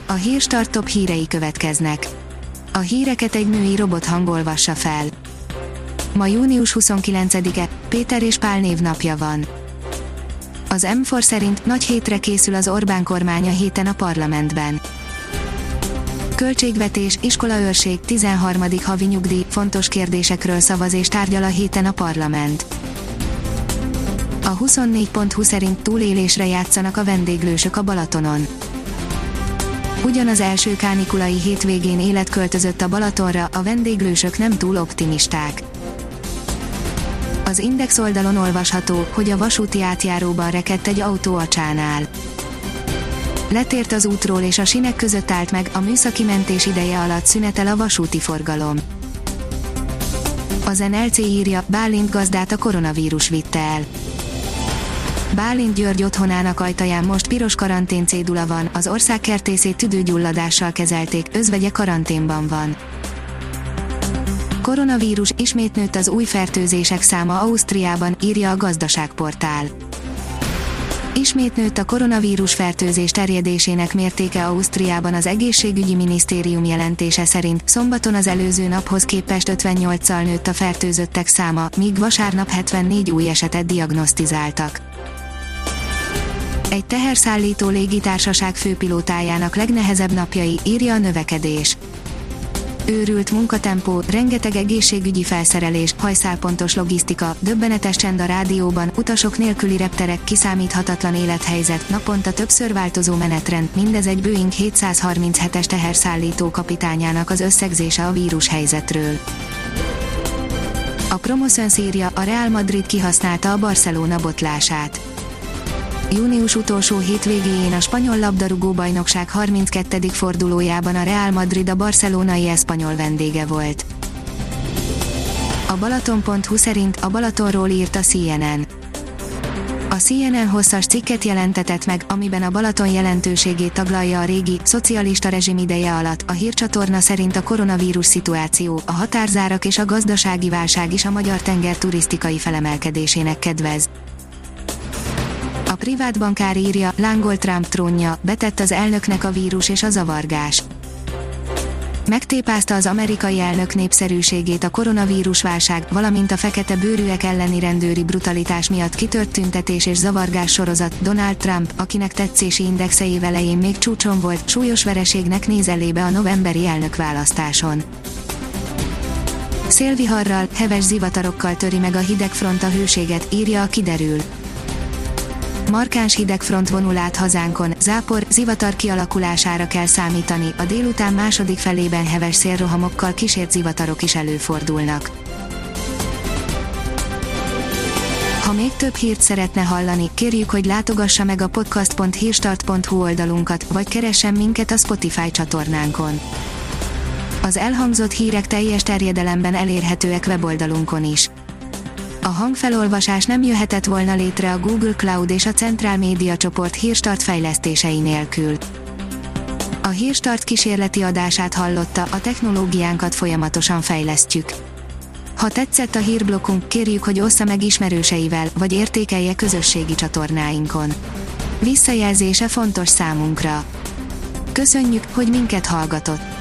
A Hírstart top hírei következnek. A híreket egy női robothang olvassa fel. Ma június 29-e, Péter és Pál névnapja van. Az M4 szerint nagy hétre készül az Orbán kormány a héten a parlamentben. Költségvetés, iskolaőrség, 13. havi nyugdíj, fontos kérdésekről szavaz és tárgyal a héten a parlament. A 24.20 szerint túlélésre játszanak a vendéglősök a Balatonon. Ugyanaz első kánikulai hétvégén élet költözött a Balatonra, a vendéglősök nem túl optimisták. Az Index oldalon olvasható, hogy a vasúti átjáróban rekedt egy autó a Csánál. Letért az útról és a sinek között állt meg, a műszaki mentés ideje alatt szünetel a vasúti forgalom. Az NLC írja, Bálint gazdát a koronavírus vitte el. Bálint György otthonának ajtaján most piros karantén cédula van, az ország kertészét tüdőgyulladással kezelték, özvegye karanténban van. Koronavírus, ismét nőtt az új fertőzések száma Ausztriában, írja a gazdaságportál. Ismét nőtt a koronavírus fertőzés terjedésének mértéke Ausztriában, az egészségügyi minisztérium jelentése szerint szombaton az előző naphoz képest 58-szal nőtt a fertőzöttek száma, míg vasárnap 74 új esetet diagnosztizáltak. Egy teherszállító légitársaság főpilótájának legnehezebb napjai, írja a Növekedés. Őrült munkatempó, rengeteg egészségügyi felszerelés, hajszálpontos logisztika, döbbenetes csend a rádióban, utasok nélküli repterek, kiszámíthatatlan élethelyzet, naponta többször változó menetrend, mindez egy Boeing 737-es teherszállító kapitányának az összegzése a vírushelyzetről. A Promoszöns írja, a Real Madrid kihasználta a Barcelona botlását. Június utolsó hétvégéjén a spanyol labdarúgó-bajnokság 32. fordulójában a Real Madrid a barcelonai Espanyol vendége volt. A Balaton.hu szerint a Balatonról írt a CNN. A CNN hosszas cikket jelentetett meg, amiben a Balaton jelentőségét taglalja a régi, szocialista rezsim ideje alatt. A hírcsatorna szerint a koronavírus szituáció, a határzárak és a gazdasági válság is a magyar tenger turisztikai felemelkedésének kedvez. A privát bankár írja, lángol Trump trónja, betett az elnöknek a vírus és a zavargás. Megtépázta az amerikai elnök népszerűségét a koronavírus válság, valamint a fekete bőrűek elleni rendőri brutalitás miatt kitört tüntetés és zavargás sorozat. Donald Trump, akinek tetszési indexe év elején még csúcson volt, súlyos vereségnek néz elébe a novemberi elnökválasztáson. Szélviharral, heves zivatarokkal töri meg a hidegfront a hőséget, írja a Kiderül. Markáns hidegfront vonul át hazánkon, zápor, zivatar kialakulására kell számítani, a délután második felében heves szélrohamokkal kísért zivatarok is előfordulnak. Ha még több hírt szeretne hallani, kérjük, hogy látogassa meg a podcast.hírstart.hu oldalunkat, vagy keressen minket a Spotify csatornánkon. Az elhangzott hírek teljes terjedelemben elérhetőek weboldalunkon is. A hangfelolvasás nem jöhetett volna létre a Google Cloud és a Centrál Média csoport Hírstart fejlesztései nélkül. A Hírstart kísérleti adását hallotta, a technológiánkat folyamatosan fejlesztjük. Ha tetszett a hírblokkunk, kérjük, hogy ossza meg ismerőseivel, vagy értékelje közösségi csatornáinkon. Visszajelzése fontos számunkra. Köszönjük, hogy minket hallgatott!